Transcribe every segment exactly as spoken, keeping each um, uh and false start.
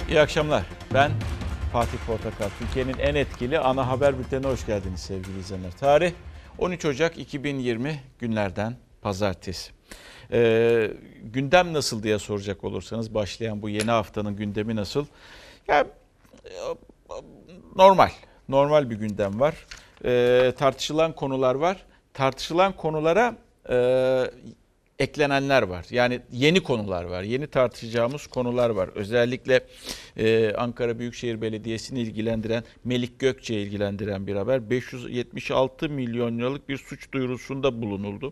İyi akşamlar. Ben Fatih Portakal. Türkiye'nin en etkili ana haber bültenine hoş geldiniz sevgili izleyenler. Tarih on üç Ocak iki bin yirmi günlerden pazartesi. Ee, gündem nasıl diye soracak olursanız, başlayan bu yeni haftanın gündemi nasıl? Ya, normal. Normal bir gündem var. Ee, tartışılan konular var. Tartışılan konulara e, eklenenler var. Yani yeni konular var. Yeni tartışacağımız konular var. Özellikle e, Ankara Büyükşehir Belediyesi'ni ilgilendiren, Melik Gökçe'yi ilgilendiren bir haber. beş yüz yetmiş altı milyon liralık bir suç duyurusunda bulunuldu.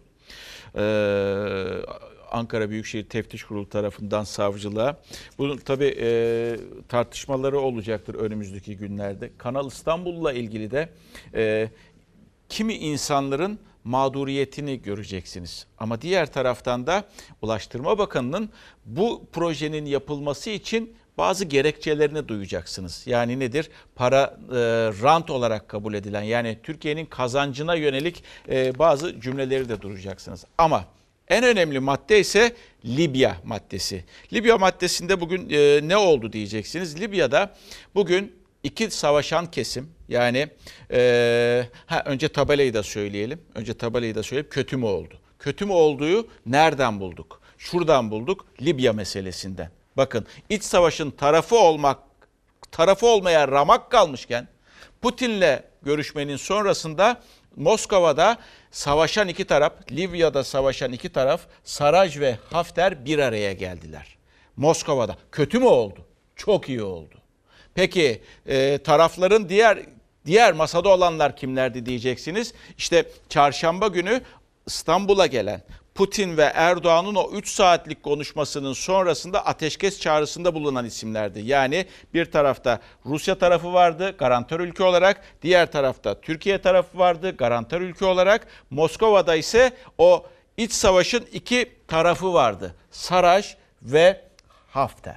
Ee, Ankara Büyükşehir Teftiş Kurulu tarafından savcılığa. Bunun tabii e, tartışmaları olacaktır önümüzdeki günlerde. Kanal İstanbul'la ilgili de e, kimi insanların mağduriyetini göreceksiniz. Ama diğer taraftan da Ulaştırma Bakanı'nın bu projenin yapılması için bazı gerekçelerini duyacaksınız. Yani nedir? Para e, rant olarak kabul edilen, yani Türkiye'nin kazancına yönelik e, bazı cümleleri de duyacaksınız. Ama en önemli madde ise Libya maddesi. Libya maddesinde bugün e, ne oldu diyeceksiniz. Libya'da bugün iki savaşan kesim, yani e, ha, önce tabelayı da söyleyelim. Önce tabelayı da söyleyip kötü mü oldu? Kötü mü olduğu nereden bulduk? Şuradan bulduk, Libya meselesinden. Bakın, iç savaşın tarafı olmak, tarafı olmaya ramak kalmışken Putin'le görüşmenin sonrasında Moskova'da savaşan iki taraf, Libya'da savaşan iki taraf, Sarraj ve Hafter bir araya geldiler. Moskova'da. Kötü mü oldu? Çok iyi oldu. Peki e, tarafların diğer diğer masada olanlar kimlerdi diyeceksiniz. İşte çarşamba günü İstanbul'a gelen Putin ve Erdoğan'ın o üç saatlik konuşmasının sonrasında ateşkes çağrısında bulunan isimlerdi. Yani bir tarafta Rusya tarafı vardı garantör ülke olarak, diğer tarafta Türkiye tarafı vardı garantör ülke olarak. Moskova'da ise o iç savaşın iki tarafı vardı, Sarraj ve Hafter.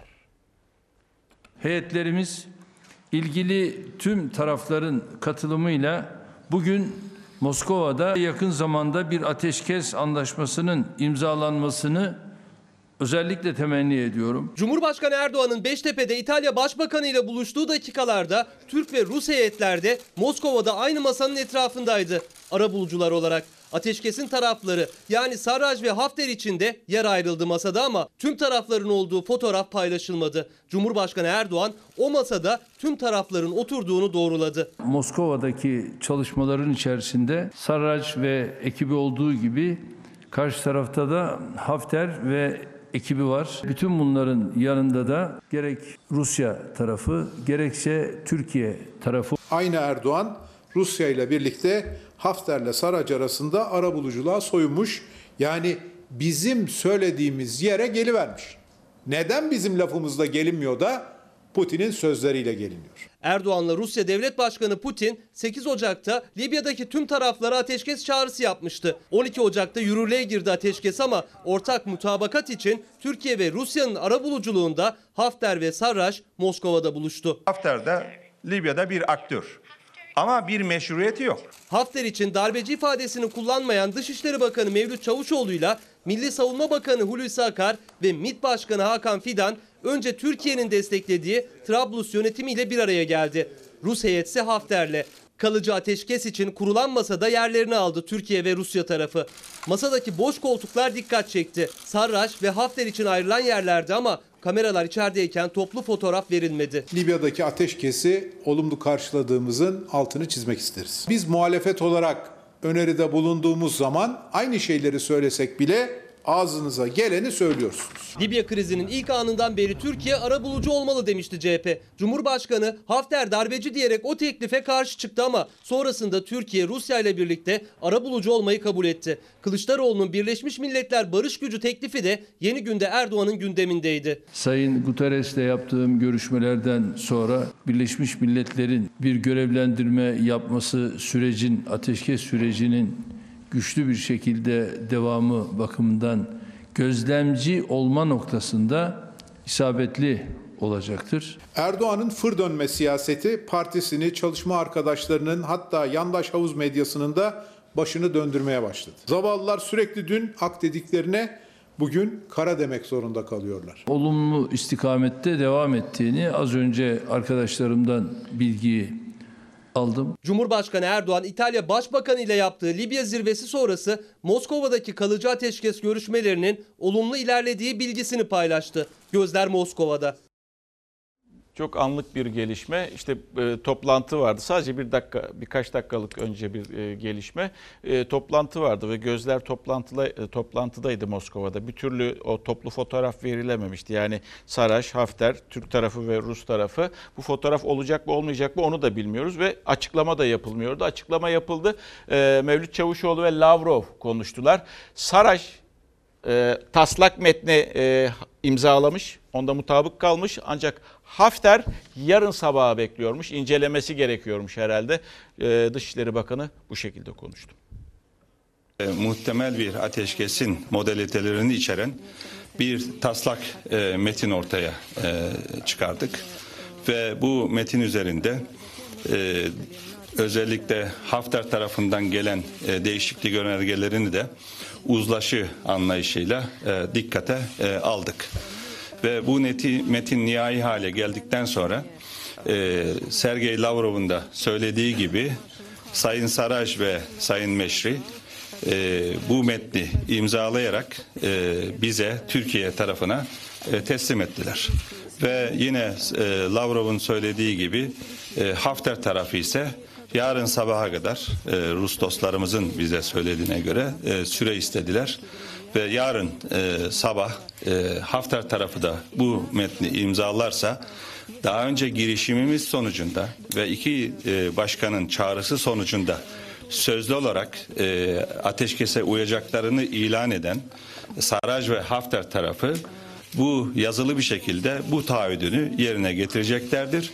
Heyetlerimiz ilgili tüm tarafların katılımıyla bugün Moskova'da yakın zamanda bir ateşkes anlaşmasının imzalanmasını özellikle temenni ediyorum. Cumhurbaşkanı Erdoğan'ın Beştepe'de İtalya Başbakanı ile buluştuğu dakikalarda Türk ve Rus heyetler de Moskova'da aynı masanın etrafındaydı. Arabulucular olarak ateşkesin tarafları, yani Sarraj ve Hafter için de yer ayrıldı masada, ama tüm tarafların olduğu fotoğraf paylaşılmadı. Cumhurbaşkanı Erdoğan o masada tüm tarafların oturduğunu doğruladı. Moskova'daki çalışmaların içerisinde Sarraj ve ekibi olduğu gibi karşı tarafta da Hafter ve ekibi var. Bütün bunların yanında da gerek Rusya tarafı gerekse Türkiye tarafı. Aynı Erdoğan Rusya ile birlikte Hafter'le Sarraj arasında arabuluculuğa soyunmuş. Yani bizim söylediğimiz yere gelivermiş. Neden bizim lafımızda gelinmiyor da Putin'in sözleriyle geliniyor? Erdoğan'la Rusya Devlet Başkanı Putin sekiz Ocak'ta Libya'daki tüm taraflara ateşkes çağrısı yapmıştı. on iki Ocak'ta yürürlüğe girdi ateşkes, ama ortak mutabakat için Türkiye ve Rusya'nın arabuluculuğunda Hafter ve Sarraj Moskova'da buluştu. Hafter de Libya'da bir aktör. Ama bir meşruiyeti yok. Hafter için darbeci ifadesini kullanmayan Dışişleri Bakanı Mevlüt Çavuşoğlu'yla Milli Savunma Bakanı Hulusi Akar ve MİT Başkanı Hakan Fidan önce Türkiye'nin desteklediği Trablus yönetimiyle bir araya geldi. Rus heyetse Hafter'le. Kalıcı ateşkes için kurulan masada yerlerini aldı Türkiye ve Rusya tarafı. Masadaki boş koltuklar dikkat çekti. Sarraj ve Hafter için ayrılan yerlerdi, ama kameralar içerideyken toplu fotoğraf verilmedi. Libya'daki ateşkesi olumlu karşıladığımızın altını çizmek isteriz. Biz muhalefet olarak öneride bulunduğumuz zaman aynı şeyleri söylesek bile ağzınıza geleni söylüyorsunuz. Libya krizinin ilk anından beri Türkiye arabulucu olmalı demişti C H P. Cumhurbaşkanı Hafter darbeci diyerek o teklife karşı çıktı, ama sonrasında Türkiye Rusya ile birlikte arabulucu olmayı kabul etti. Kılıçdaroğlu'nun Birleşmiş Milletler Barış Gücü teklifi de Yeni Günde Erdoğan'ın gündemindeydi. Sayın Guterres'le yaptığım görüşmelerden sonra Birleşmiş Milletler'in bir görevlendirme yapması, sürecin, ateşkes sürecinin güçlü bir şekilde devamı bakımından gözlemci olma noktasında isabetli olacaktır. Erdoğan'ın fır dönme siyaseti partisini, çalışma arkadaşlarının, hatta yandaş havuz medyasının da başını döndürmeye başladı. Zavallılar sürekli dün ak dediklerine bugün kara demek zorunda kalıyorlar. Olumlu istikamette devam ettiğini az önce arkadaşlarımdan bilgi aldım. Cumhurbaşkanı Erdoğan, İtalya Başbakanı ile yaptığı Libya zirvesi sonrası Moskova'daki kalıcı ateşkes görüşmelerinin olumlu ilerlediği bilgisini paylaştı. Gözler Moskova'da. Çok anlık bir gelişme. İşte e, toplantı vardı. Sadece bir dakika, birkaç dakikalık önce bir e, gelişme. E, toplantı vardı ve gözler toplantıda, e, toplantıdaydı Moskova'da. Bir türlü o toplu fotoğraf verilememişti. Yani Saraç, Hafter, Türk tarafı ve Rus tarafı. Bu fotoğraf olacak mı olmayacak mı onu da bilmiyoruz ve açıklama da yapılmıyordu. Açıklama yapıldı. E, Mevlüt Çavuşoğlu ve Lavrov konuştular. Saraç e, taslak metni e, imzalamış. Onda mutabık kalmış ancak Hafter yarın sabaha bekliyormuş. İncelemesi gerekiyormuş herhalde. Ee, Dışişleri Bakanı bu şekilde konuştu. E, muhtemel bir ateşkesin modalitelerini içeren bir taslak e, metin ortaya e, çıkardık. Ve bu metin üzerinde e, özellikle Hafter tarafından gelen e, değişiklik önergelerini de uzlaşı anlayışıyla e, dikkate e, aldık. Ve bu neti, metin nihai hale geldikten sonra e, Sergey Lavrov'un da söylediği gibi Sayın Saraç ve Sayın Meşri e, bu metni imzalayarak e, bize Türkiye tarafına e, teslim ettiler. Ve yine e, Lavrov'un söylediği gibi e, Hafter tarafı ise yarın sabaha kadar e, Rus dostlarımızın bize söylediğine göre e, süre istediler. Ve yarın e, sabah e, Hafter tarafı da bu metni imzalarsa daha önce girişimimiz sonucunda ve iki e, başkanın çağrısı sonucunda sözlü olarak e, ateşkese uyacaklarını ilan eden Saraç ve Hafter tarafı bu yazılı bir şekilde bu taahhüdünü yerine getireceklerdir.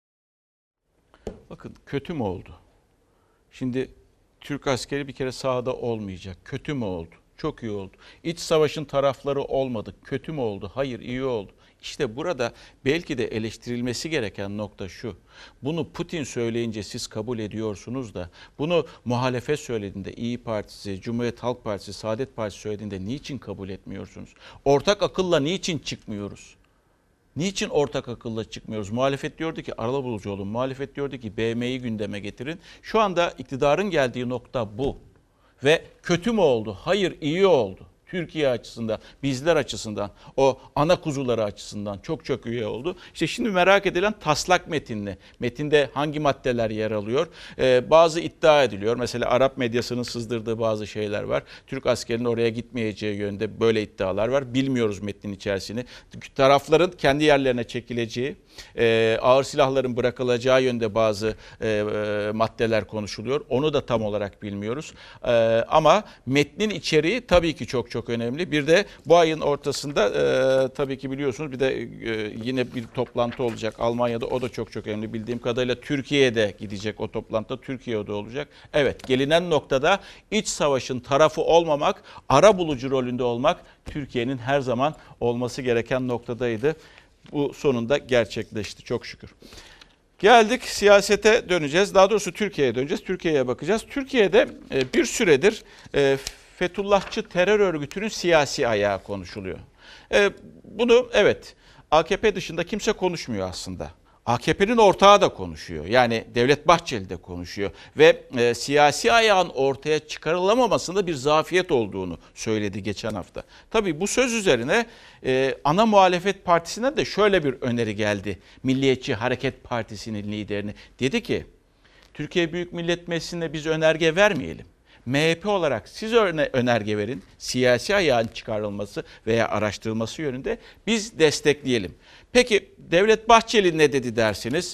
Bakın kötü mü oldu? Şimdi Türk askeri bir kere sahada olmayacak. Kötü mü oldu? Çok iyi oldu. İç savaşın tarafları olmadık. Kötü mü oldu? Hayır, iyi oldu. İşte burada belki de eleştirilmesi gereken nokta şu. Bunu Putin söyleyince siz kabul ediyorsunuz da bunu muhalefet söylediğinde İyi Partisi, Cumhuriyet Halk Partisi, Saadet Partisi söylediğinde niçin kabul etmiyorsunuz? Ortak akılla niçin çıkmıyoruz? Niçin ortak akılla çıkmıyoruz? Muhalefet diyordu ki arabulucu olun. Muhalefet diyordu ki B M'yi gündeme getirin. Şu anda iktidarın geldiği nokta bu. Ve kötü mü oldu? Hayır, iyi oldu. Türkiye açısından, bizler açısından, o ana kuzuları açısından çok çok iyi oldu. İşte şimdi merak edilen taslak metinli. Metinde hangi maddeler yer alıyor? Ee, bazı iddia ediliyor. Mesela Arap medyasının sızdırdığı bazı şeyler var. Türk askerinin oraya gitmeyeceği yönde böyle iddialar var. Bilmiyoruz metnin içerisini. Tarafların kendi yerlerine çekileceği, e, ağır silahların bırakılacağı yönde bazı e, e, maddeler konuşuluyor. Onu da tam olarak bilmiyoruz. E, ama metnin içeriği tabii ki çok çok önemli. Bir de bu ayın ortasında e, tabii ki biliyorsunuz bir de e, yine bir toplantı olacak Almanya'da. O da çok çok önemli. Bildiğim kadarıyla Türkiye'de gidecek o toplantıda. Türkiye'de olacak. Evet, gelinen noktada iç savaşın tarafı olmamak, arabulucu rolünde olmak Türkiye'nin her zaman olması gereken noktadaydı. Bu sonunda gerçekleşti çok şükür. Geldik siyasete döneceğiz. Daha doğrusu Türkiye'ye döneceğiz. Türkiye'ye bakacağız. Türkiye'de bir süredir Fethullahçı terör örgütünün siyasi ayağı konuşuluyor. Bunu evet A K P dışında kimse konuşmuyor aslında. A K P'nin ortağı da konuşuyor. Yani Devlet Bahçeli de konuşuyor. Ve e, siyasi ayağın ortaya çıkarılamamasında bir zafiyet olduğunu söyledi geçen hafta. Tabii bu söz üzerine e, ana muhalefet partisine de şöyle bir öneri geldi. Milliyetçi Hareket Partisi'nin liderini. Dedi ki Türkiye Büyük Millet Meclisi'nde biz önerge vermeyelim. M H P olarak siz önerge verin, siyasi ayağın çıkarılması veya araştırılması yönünde biz destekleyelim. Peki Devlet Bahçeli ne dedi dersiniz?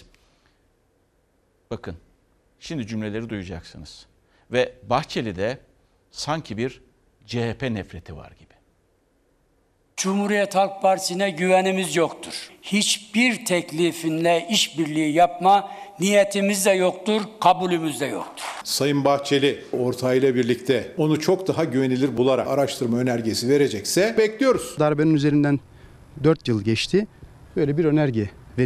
Bakın şimdi cümleleri duyacaksınız. Ve Bahçeli'de sanki bir C H P nefreti var gibi. Cumhuriyet Halk Partisi'ne güvenimiz yoktur. Hiçbir teklifinle işbirliği yapma niyetimiz de yoktur, kabulümüz de yoktur. Sayın Bahçeli ortağıyla birlikte onu çok daha güvenilir bularak araştırma önergesi verecekse bekliyoruz. Darbenin üzerinden dört yıl geçti. Böyle bir önerge veriyor.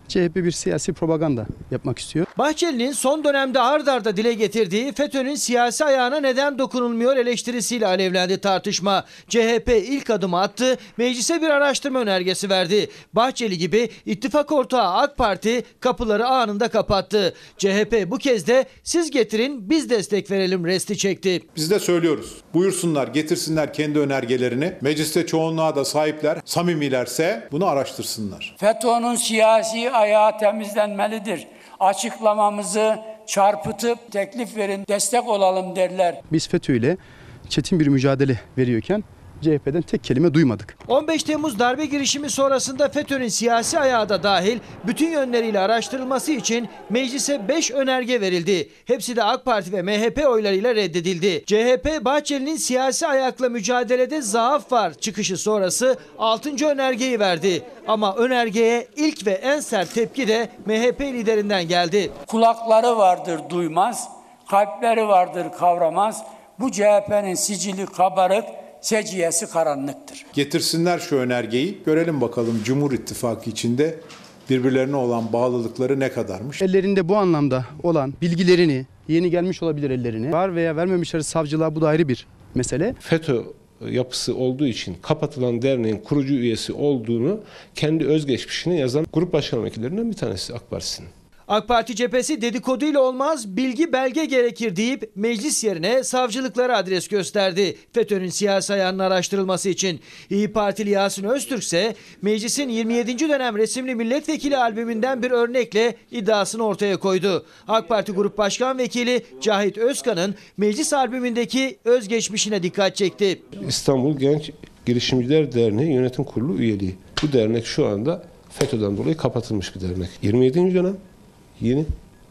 C H P bir siyasi propaganda yapmak istiyor. Bahçeli'nin son dönemde ard arda dile getirdiği FETÖ'nün siyasi ayağına neden dokunulmuyor eleştirisiyle alevlendi tartışma. C H P ilk adımı attı, meclise bir araştırma önergesi verdi. Bahçeli gibi ittifak ortağı AK Parti kapıları anında kapattı. C H P bu kez de siz getirin biz destek verelim resti çekti. Biz de söylüyoruz. Buyursunlar, getirsinler kendi önergelerini. Mecliste çoğunluğa da sahipler, samimilerse bunu araştırsınlar. FETÖ'nün siyasi ayağı temizlenmelidir. Açıklamamızı çarpıtıp teklif verin, destek olalım derler. Biz FETÖ ile çetin bir mücadele veriyorken C H P'den tek kelime duymadık. on beş Temmuz darbe girişimi sonrasında FETÖ'nün siyasi ayağı da dahil bütün yönleriyle araştırılması için meclise beş önerge verildi. Hepsi de AK Parti ve M H P oylarıyla reddedildi. C H P Bahçeli'nin siyasi ayakla mücadelede zaaf var çıkışı sonrası altıncı önergeyi verdi. Ama önergeye ilk ve en sert tepki de M H P liderinden geldi. Kulakları vardır duymaz, kalpleri vardır kavramaz. Bu C H P'nin sicili kabarık, seciyesi karanlıktır. Getirsinler şu önergeyi, görelim bakalım Cumhur İttifakı içinde birbirlerine olan bağlılıkları ne kadarmış. Ellerinde bu anlamda olan bilgilerini, yeni gelmiş olabilir ellerine, var veya vermemişler savcılığa, bu da ayrı bir mesele. FETÖ yapısı olduğu için kapatılan derneğin kurucu üyesi olduğunu kendi özgeçmişine yazan grup başkan vekillerinden bir tanesi AK Partisi'nin. AK Parti cephesi dedikoduyla olmaz, bilgi belge gerekir deyip meclis yerine savcılıklara adres gösterdi. FETÖ'nün siyasi ayağının araştırılması için. İYİ Partili Yasin Öztürk ise meclisin yirmi yedinci dönem resimli milletvekili albümünden bir örnekle iddiasını ortaya koydu. AK Parti Grup Başkan Vekili Cahit Özkan'ın meclis albümündeki özgeçmişine dikkat çekti. İstanbul Genç Girişimciler Derneği Yönetim Kurulu üyeliği. Bu dernek şu anda FETÖ'den dolayı kapatılmış bir dernek. yirmi yedinci dönem. Yeni.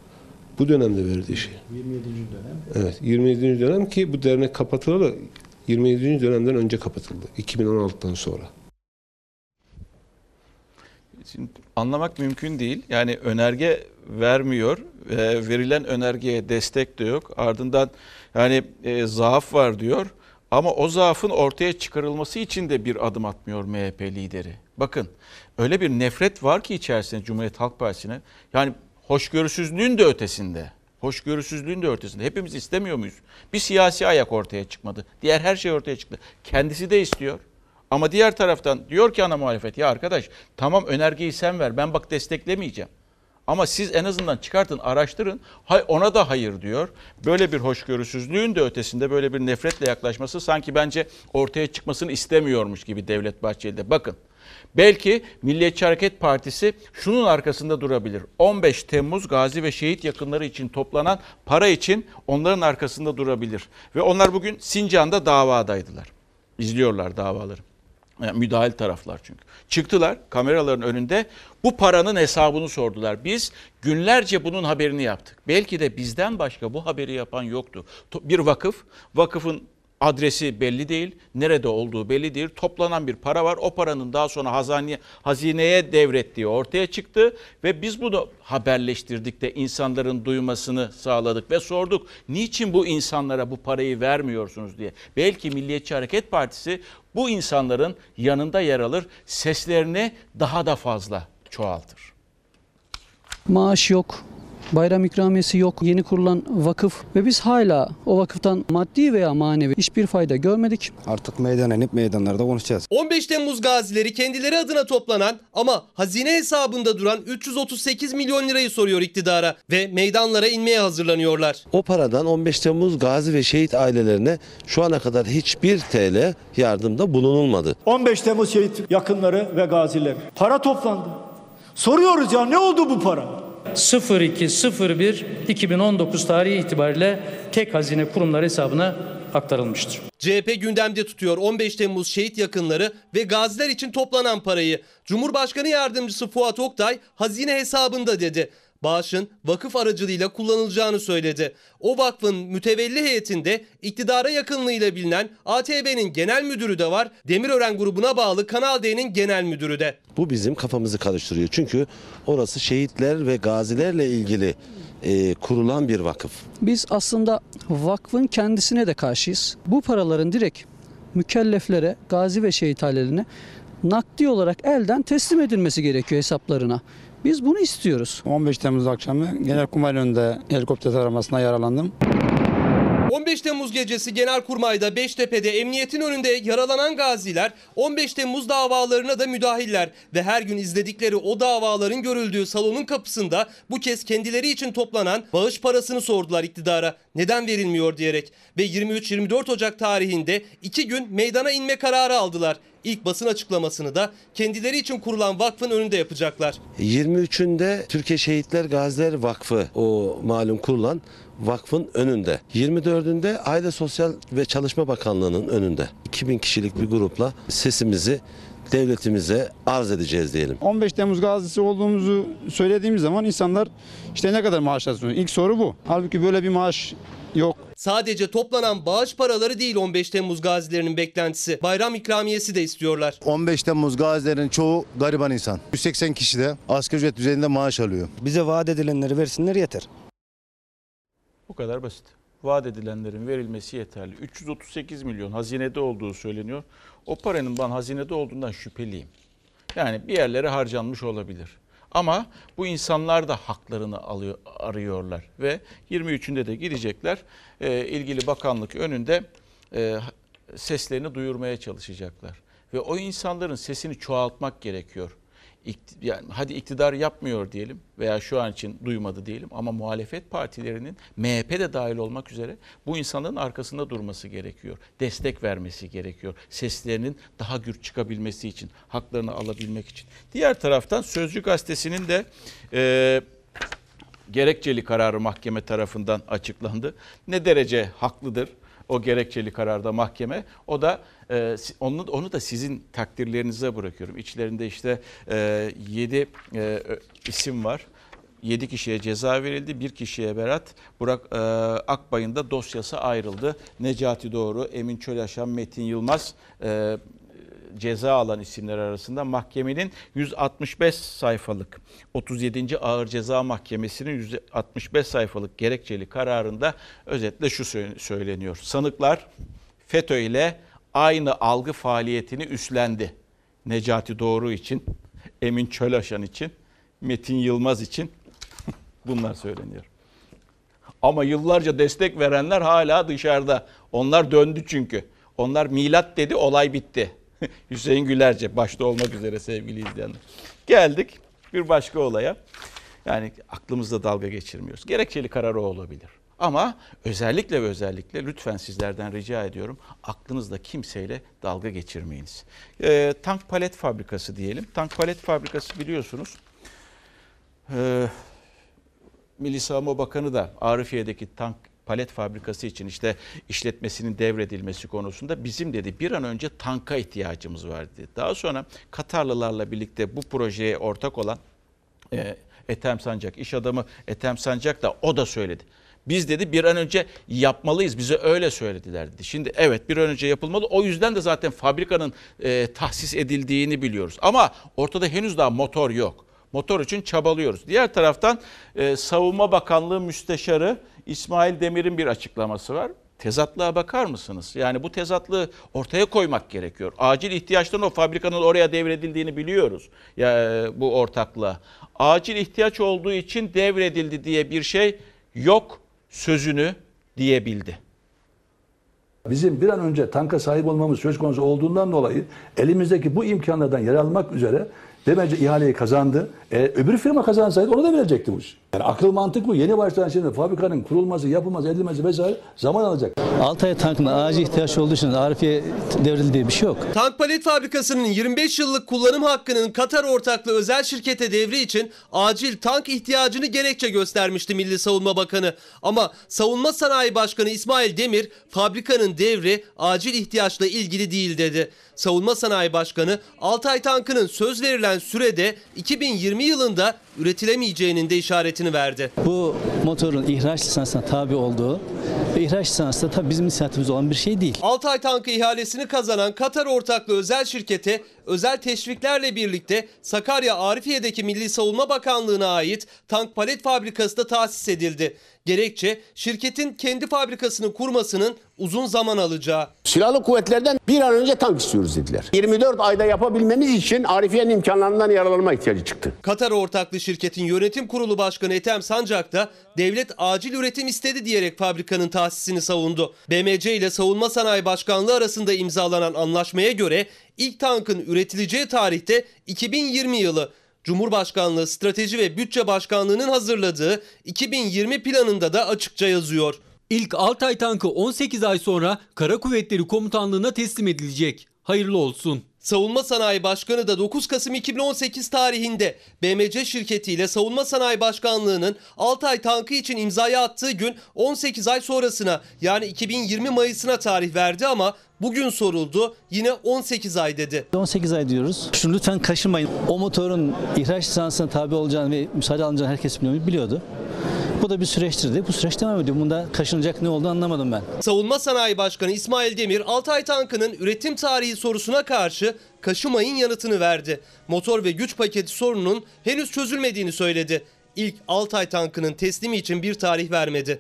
Bu dönemde verdiği şey. yirmi yedinci dönem. Evet, yirmi yedinci dönem ki bu dernek kapatılalı yirmi yedinci dönemden önce kapatıldı. iki bin on altıdan sonra. Şimdi anlamak mümkün değil. Yani önerge vermiyor. E, verilen önergeye destek de yok. Ardından yani e, zaaf var diyor. Ama o zaafın ortaya çıkarılması için de bir adım atmıyor M H P lideri. Bakın öyle bir nefret var ki içerisinde Cumhuriyet Halk Partisi'ne. Yani hoşgörüsüzlüğün de ötesinde. Hoşgörüsüzlüğün de ötesinde. Hepimiz istemiyor muyuz? Bir siyasi ayak ortaya çıkmadı. Diğer her şey ortaya çıktı. Kendisi de istiyor. Ama diğer taraftan diyor ki ana muhalefet, ya arkadaş tamam önergeyi sen ver, ben bak desteklemeyeceğim. Ama siz en azından çıkartın, araştırın. Hay, ona da hayır diyor. Böyle bir hoşgörüsüzlüğün de ötesinde böyle bir nefretle yaklaşması sanki bence ortaya çıkmasını istemiyormuş gibi Devlet Bahçeli'de. Bakın. Belki Milliyetçi Hareket Partisi şunun arkasında durabilir. on beş Temmuz gazi ve şehit yakınları için toplanan para için onların arkasında durabilir. Ve onlar bugün Sincan'da davadaydılar. İzliyorlar davaları. Yani müdahil taraflar çünkü. Çıktılar kameraların önünde bu paranın hesabını sordular. Biz günlerce bunun haberini yaptık. Belki de bizden başka bu haberi yapan yoktu. Bir vakıf, vakıfın adresi belli değil, nerede olduğu belli değil. Toplanan bir para var. O paranın daha sonra hazineye, hazineye devrettiği ortaya çıktı ve biz bunu haberleştirdik de insanların duymasını sağladık ve sorduk. Niçin bu insanlara bu parayı vermiyorsunuz diye. Belki Milliyetçi Hareket Partisi bu insanların yanında yer alır, seslerini daha da fazla çoğaltır. Maaş yok. Bayram ikramiyesi yok. Yeni kurulan vakıf ve biz hala o vakıftan maddi veya manevi hiçbir fayda görmedik. Artık meydana inip meydanlarda konuşacağız. on beş Temmuz gazileri kendileri adına toplanan ama hazine hesabında duran üç yüz otuz sekiz milyon lirayı soruyor iktidara ve meydanlara inmeye hazırlanıyorlar. O paradan on beş Temmuz gazi ve şehit ailelerine şu ana kadar hiçbir T L yardımda bulunulmadı. on beş Temmuz şehit yakınları ve gaziler. Para toplandı. Soruyoruz ya, ne oldu bu para? sıfır iki sıfır bir iki bin on dokuz tarihi itibariyle tek hazine kurumları hesabına aktarılmıştır. C H P gündemde tutuyor on beş Temmuz şehit yakınları ve gaziler için toplanan parayı. Cumhurbaşkanı Yardımcısı Fuat Oktay hazine hesabında dedi. Bağışın vakıf aracılığıyla kullanılacağını söyledi. O vakfın mütevelli heyetinde iktidara yakınlığıyla bilinen A T V'nin genel müdürü de var. Demirören grubuna bağlı Kanal D'nin genel müdürü de. Bu bizim kafamızı karıştırıyor. Çünkü orası şehitler ve gazilerle ilgili e, kurulan bir vakıf. Biz aslında vakfın kendisine de karşıyız. Bu paraların direkt mükelleflere, gazi ve şehit ailelerine nakdi olarak elden teslim edilmesi gerekiyor hesaplarına. Biz bunu istiyoruz. on beş Temmuz akşamı Genelkurmay önünde helikopter taramasına yaralandım. on beş Temmuz gecesi Genelkurmay'da Beştepe'de emniyetin önünde yaralanan gaziler on beş Temmuz davalarına da müdahiller ve her gün izledikleri o davaların görüldüğü salonun kapısında bu kez kendileri için toplanan bağış parasını sordular iktidara. Neden verilmiyor diyerek ve yirmi üç yirmi dört Ocak tarihinde iki gün meydana inme kararı aldılar. İlk basın açıklamasını da kendileri için kurulan vakfın önünde yapacaklar. yirmi üçünde Türkiye Şehitler Gaziler Vakfı, o malum kurulan vakfın önünde. yirmi dördünde Aile Sosyal ve Çalışma Bakanlığı'nın önünde. iki bin kişilik bir grupla sesimizi devletimize arz edeceğiz diyelim. on beş Temmuz gazisi olduğumuzu söylediğimiz zaman insanlar işte ne kadar maaş alıyorsunuz? İlk soru bu. Halbuki böyle bir maaş yok. Sadece toplanan bağış paraları değil on beş Temmuz gazilerinin beklentisi. Bayram ikramiyesi de istiyorlar. on beş Temmuz gazilerin çoğu gariban insan. yüz seksen kişi de asgari ücret düzeyinde maaş alıyor. Bize vaat edilenleri versinler yeter. Bu kadar basit. Vaat edilenlerin verilmesi yeterli. üç yüz otuz sekiz milyon hazinede olduğu söyleniyor. O paranın ben hazinede olduğundan şüpheliyim. Yani bir yerlere harcanmış olabilir. Ama bu insanlar da haklarını alıyor, arıyorlar ve yirmi üçünde de gidecekler. E, ilgili bakanlık önünde e, seslerini duyurmaya çalışacaklar. Ve o insanların sesini çoğaltmak gerekiyor. Yani hadi iktidar yapmıyor diyelim veya şu an için duymadı diyelim ama muhalefet partilerinin M H P de dahil olmak üzere bu insanların arkasında durması gerekiyor. Destek vermesi gerekiyor. Seslerinin daha gür çıkabilmesi için, haklarını alabilmek için. Diğer taraftan Sözcü Gazetesi'nin de e, gerekçeli kararı mahkeme tarafından açıklandı. Ne derece haklıdır o gerekçeli kararda mahkeme? O da e, onu, onu da sizin takdirlerinize bırakıyorum. İçlerinde işte e, yedi e, isim var. yedi kişiye ceza verildi. bir kişiye beraat. Burak e, Akbay'ın da dosyası ayrıldı. Necati Doğru, Emin Çölaşan, Metin Yılmaz e, ceza alan isimler arasında. Mahkemenin yüz altmış beş sayfalık otuz yedinci Ağır Ceza Mahkemesi'nin yüz altmış beş sayfalık gerekçeli kararında özetle şu söyleniyor. Sanıklar FETÖ ile aynı algı faaliyetini üstlendi. Necati Doğru için, Emin Çölaşan için, Metin Yılmaz için bunlar söyleniyor. Ama yıllarca destek verenler hala dışarıda. Onlar döndü çünkü. Onlar milat dedi, olay bitti. Hüseyin Gülerce başta olmak üzere sevgili izleyenler. Geldik bir başka olaya. Yani aklımızda dalga geçirmiyoruz. Gerekçeli karar o olabilir. Ama özellikle ve özellikle lütfen sizlerden rica ediyorum aklınızda kimseyle dalga geçirmeyiniz. Ee, tank palet fabrikası diyelim. Tank palet fabrikası biliyorsunuz. Ee, Milli Savunma Bakanı da Arifiye'deki tank palet fabrikası için işte işletmesinin devredilmesi konusunda bizim dedi bir an önce tanka ihtiyacımız var dedi. Daha sonra Katarlılarla birlikte bu projeye ortak olan e, Ethem Sancak, iş adamı Ethem Sancak da o da söyledi. Biz dedi bir an önce yapmalıyız, bize öyle söylediler dedi. Şimdi evet bir an önce yapılmalı, o yüzden de zaten fabrikanın e, tahsis edildiğini biliyoruz. Ama ortada henüz daha motor yok. Motor için çabalıyoruz. Diğer taraftan e, Savunma Bakanlığı Müsteşarı İsmail Demir'in bir açıklaması var. Tezatlığa bakar mısınız? Yani bu tezatlığı ortaya koymak gerekiyor. Acil ihtiyaçtan o fabrikanın oraya devredildiğini biliyoruz. Ya bu ortaklığa. Acil ihtiyaç olduğu için devredildi diye bir şey yok sözünü diyebildi. Bizim bir an önce tanka sahip olmamız söz konusu olduğundan dolayı elimizdeki bu imkanlardan yer almak üzere demece ihaleyi kazandı. E, öbür firma kazansaydı onu da verecekti bu iş. Yani akıl mantık bu. Yeni başlayan şimdi fabrikanın kurulması, yapılması, edilmesi vesaire zaman alacak. Altay tankına acil ihtiyaç olduğu için Arifiye devrildiği bir şey yok. Tank palet fabrikasının yirmi beş yıllık kullanım hakkının Katar ortaklı özel şirkete devri için acil tank ihtiyacını gerekçe göstermişti Milli Savunma Bakanı. Ama Savunma Sanayi Başkanı İsmail Demir fabrikanın devri acil ihtiyaçla ilgili değil dedi. Savunma Sanayi Başkanı Altay tankının söz verilen sürede iki bin yirmi yılında üretilemeyeceğinin de işaretini verdi. Bu motorun ihraç lisansına tabi olduğu ve ihraç lisansı da tabii bizim inisiyatifimiz olan bir şey değil. Altay tankı ihalesini kazanan Katar ortaklı özel şirkete özel teşviklerle birlikte Sakarya Arifiye'deki Milli Savunma Bakanlığı'na ait tank palet fabrikası da tahsis edildi. Gerekçe şirketin kendi fabrikasını kurmasının uzun zaman alacağı. Silahlı kuvvetlerden bir an önce tank istiyoruz dediler. yirmi dört ayda yapabilmemiz için Arifiye'nin imkanlarından yararlanma ihtiyacı çıktı. Katar ortaklı şirketin yönetim kurulu başkanı Ethem Sancak da devlet acil üretim istedi diyerek fabrikanın tahsisini savundu. B M C ile Savunma Sanayi Başkanlığı arasında imzalanan anlaşmaya göre ilk tankın üretileceği tarihte iki bin yirmi yılı. Cumhurbaşkanlığı Strateji ve Bütçe Başkanlığı'nın hazırladığı iki bin yirmi planında da açıkça yazıyor. İlk Altay tankı on sekiz ay sonra Kara Kuvvetleri Komutanlığı'na teslim edilecek. Hayırlı olsun. Savunma Sanayi Başkanı da dokuz Kasım iki bin on sekiz tarihinde B M C şirketiyle Savunma Sanayi Başkanlığı'nın Altay tankı için imzayı attığı gün on sekiz ay sonrasına yani iki bin yirmi Mayıs'ına tarih verdi ama bugün soruldu yine on sekiz ay dedi. on sekiz ay diyoruz. Şunu lütfen kaşımayın. O motorun ihraç lisansına tabi olacağını ve müsaade alınacağını herkes biliyordu. Bu da bir süreçtirdi. Bu süreç devam ediyor. Bunda kaşınacak ne olduğunu anlamadım ben. Savunma Sanayi Başkanı İsmail Demir, Altay tankının üretim tarihi sorusuna karşı kaşımayın yanıtını verdi. Motor ve güç paketi sorununun henüz çözülmediğini söyledi. İlk Altay tankının teslimi için bir tarih vermedi.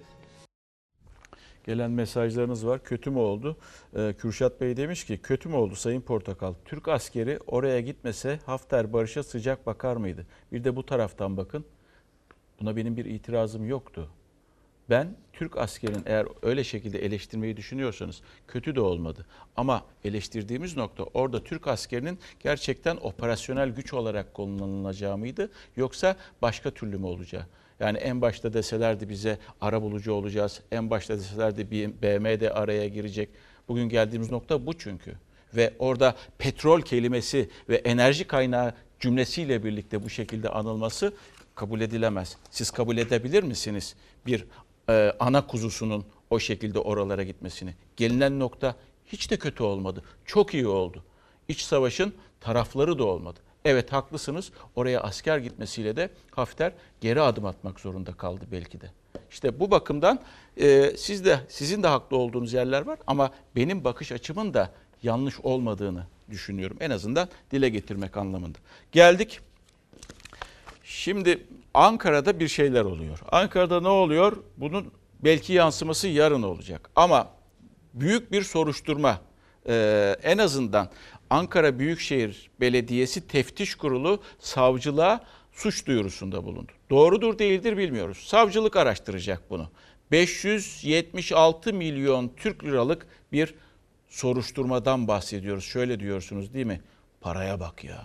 Gelen mesajlarınız var. Kötü mü oldu? Ee, Kürşat Bey demiş ki kötü mü oldu Sayın Portakal? Türk askeri oraya gitmese Hafter barışa sıcak bakar mıydı? Bir de bu taraftan bakın. Buna benim bir itirazım yoktu. Ben Türk askerinin eğer öyle şekilde eleştirmeyi düşünüyorsanız kötü de olmadı. Ama eleştirdiğimiz nokta orada Türk askerinin gerçekten operasyonel güç olarak kullanılacağı mıydı? Yoksa başka türlü mü olacağı? Yani en başta deselerdi bize arabulucu olacağız. En başta deselerdi B M de araya girecek. Bugün geldiğimiz nokta bu çünkü. Ve orada petrol kelimesi ve enerji kaynağı cümlesiyle birlikte bu şekilde anılması kabul edilemez. Siz kabul edebilir misiniz bir e, ana kuzusunun o şekilde oralara gitmesini? Gelinen nokta hiç de kötü olmadı. Çok iyi oldu. İç savaşın tarafları da olmadı. Evet haklısınız. Oraya asker gitmesiyle de Hafter geri adım atmak zorunda kaldı belki de. İşte bu bakımdan e, siz de sizin de haklı olduğunuz yerler var ama benim bakış açımın da yanlış olmadığını düşünüyorum. En azından dile getirmek anlamında. Geldik. Şimdi Ankara'da bir şeyler oluyor. Ankara'da ne oluyor? Bunun belki yansıması yarın olacak. Ama büyük bir soruşturma ee, en azından Ankara Büyükşehir Belediyesi Teftiş Kurulu savcılığa suç duyurusunda bulundu. Doğrudur değildir bilmiyoruz. Savcılık araştıracak bunu. beş yüz yetmiş altı milyon Türk liralık bir soruşturmadan bahsediyoruz. Şöyle diyorsunuz değil mi? Paraya bak ya.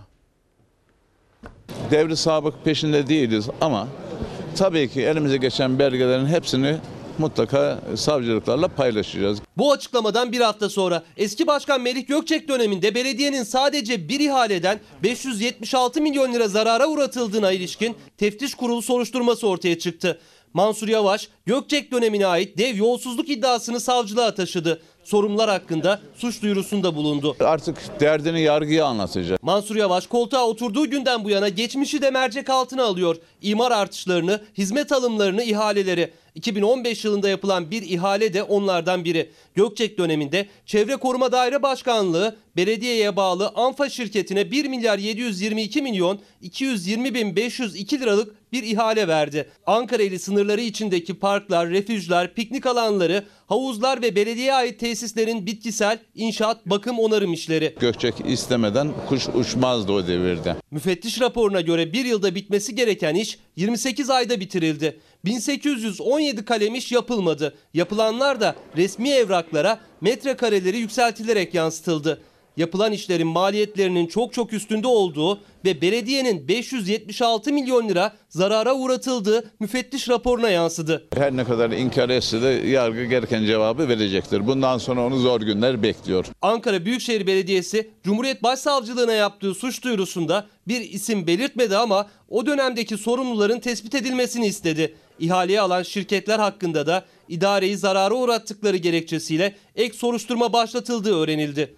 Devri sabık peşinde değiliz ama tabii ki elimize geçen belgelerin hepsini mutlaka savcılıklarla paylaşacağız. Bu açıklamadan bir hafta sonra eski başkan Melih Gökçek döneminde belediyenin sadece bir ihaleden beş yüz yetmiş altı milyon lira zarara uğratıldığına ilişkin teftiş kurulu soruşturması ortaya çıktı. Mansur Yavaş, Gökçek dönemine ait dev yolsuzluk iddiasını savcılığa taşıdı. Sorumlular hakkında suç duyurusunda bulundu. Artık derdini yargıya anlatacak. Mansur Yavaş koltuğa oturduğu günden bu yana geçmişi de mercek altına alıyor. İmar artışlarını, hizmet alımlarını, ihaleleri. iki bin on beş yılında yapılan bir ihale de onlardan biri. Gökçek döneminde Çevre Koruma Daire Başkanlığı belediyeye bağlı Anfa şirketine bir milyar yedi yüz yirmi iki milyon iki yüz yirmi bin beş yüz iki liralık bir ihale verdi. Ankara ili sınırları içindeki parklar, refüjler, piknik alanları, havuzlar ve belediyeye ait tesislerin bitkisel, inşaat, bakım, onarım işleri. Gökçek istemeden kuş uçmazdı o devirde. Müfettiş raporuna göre bir yılda bitmesi gereken iş yirmi sekiz ayda bitirildi. bin sekiz yüz on yedi kalem iş yapılmadı. Yapılanlar da resmi evraklara metrekareleri yükseltilerek yansıtıldı. Yapılan işlerin maliyetlerinin çok çok üstünde olduğu ve belediyenin beş yüz yetmiş altı milyon lira zarara uğratıldığı müfettiş raporuna yansıdı. Her ne kadar inkar etse de yargı gereken cevabı verecektir. Bundan sonra onu zor günler bekliyor. Ankara Büyükşehir Belediyesi Cumhuriyet Başsavcılığına yaptığı suç duyurusunda bir isim belirtmedi ama o dönemdeki sorumluların tespit edilmesini istedi. İhaleyi alan şirketler hakkında da idareyi zarara uğrattıkları gerekçesiyle ek soruşturma başlatıldığı öğrenildi.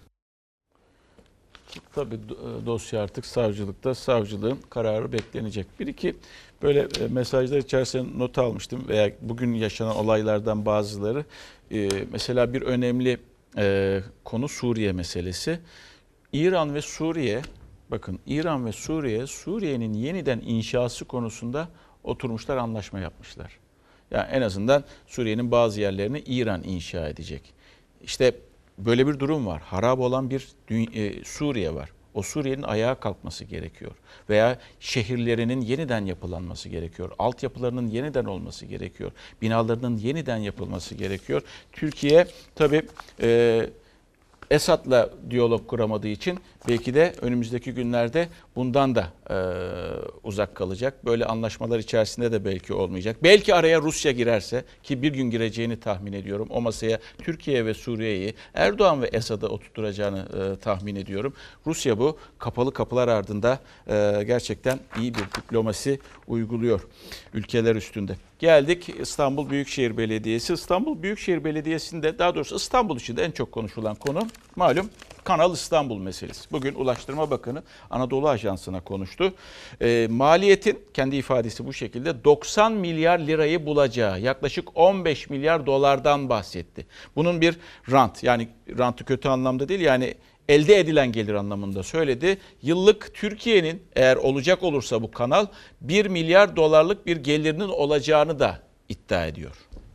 Tabii dosya artık savcılıkta, savcılığın kararı beklenecek. Bir iki böyle mesajlar içerisinde not almıştım veya bugün yaşanan olaylardan bazıları. Mesela bir önemli konu Suriye meselesi. İran ve Suriye, bakın İran ve Suriye, Suriye'nin yeniden inşası konusunda oturmuşlar, anlaşma yapmışlar. Yani en azından Suriye'nin bazı yerlerini İran inşa edecek. İşte böyle bir durum var. Harap olan bir Suriye var. O Suriye'nin ayağa kalkması gerekiyor. Veya şehirlerinin yeniden yapılanması gerekiyor. Altyapılarının yeniden olması gerekiyor. Binalarının yeniden yapılması gerekiyor. Türkiye tabii e, Esad'la diyalog kuramadığı için belki de önümüzdeki günlerde bundan da e, uzak kalacak. Böyle anlaşmalar içerisinde de belki olmayacak. Belki araya Rusya girerse, ki bir gün gireceğini tahmin ediyorum. O masaya Türkiye ve Suriye'yi, Erdoğan ve Esad'ı oturtacağını e, tahmin ediyorum. Rusya bu kapalı kapılar ardında e, gerçekten iyi bir diplomasi uyguluyor ülkeler üstünde. Geldik İstanbul Büyükşehir Belediyesi. İstanbul Büyükşehir Belediyesi'nde, daha doğrusu İstanbul için de en çok konuşulan konu malum Kanal İstanbul meselesi. Bugün Ulaştırma Bakanı Anadolu Ajansı'na konuştu. E, maliyetin, kendi ifadesi bu şekilde, doksan milyar lirayı bulacağı, yaklaşık on beş milyar dolardan bahsetti. Bunun bir rant, yani rantı kötü anlamda değil, yani elde edilen gelir anlamında söyledi. Yıllık Türkiye'nin, eğer olacak olursa bu kanal, bir milyar dolarlık bir gelirinin olacağını da iddia ediyor.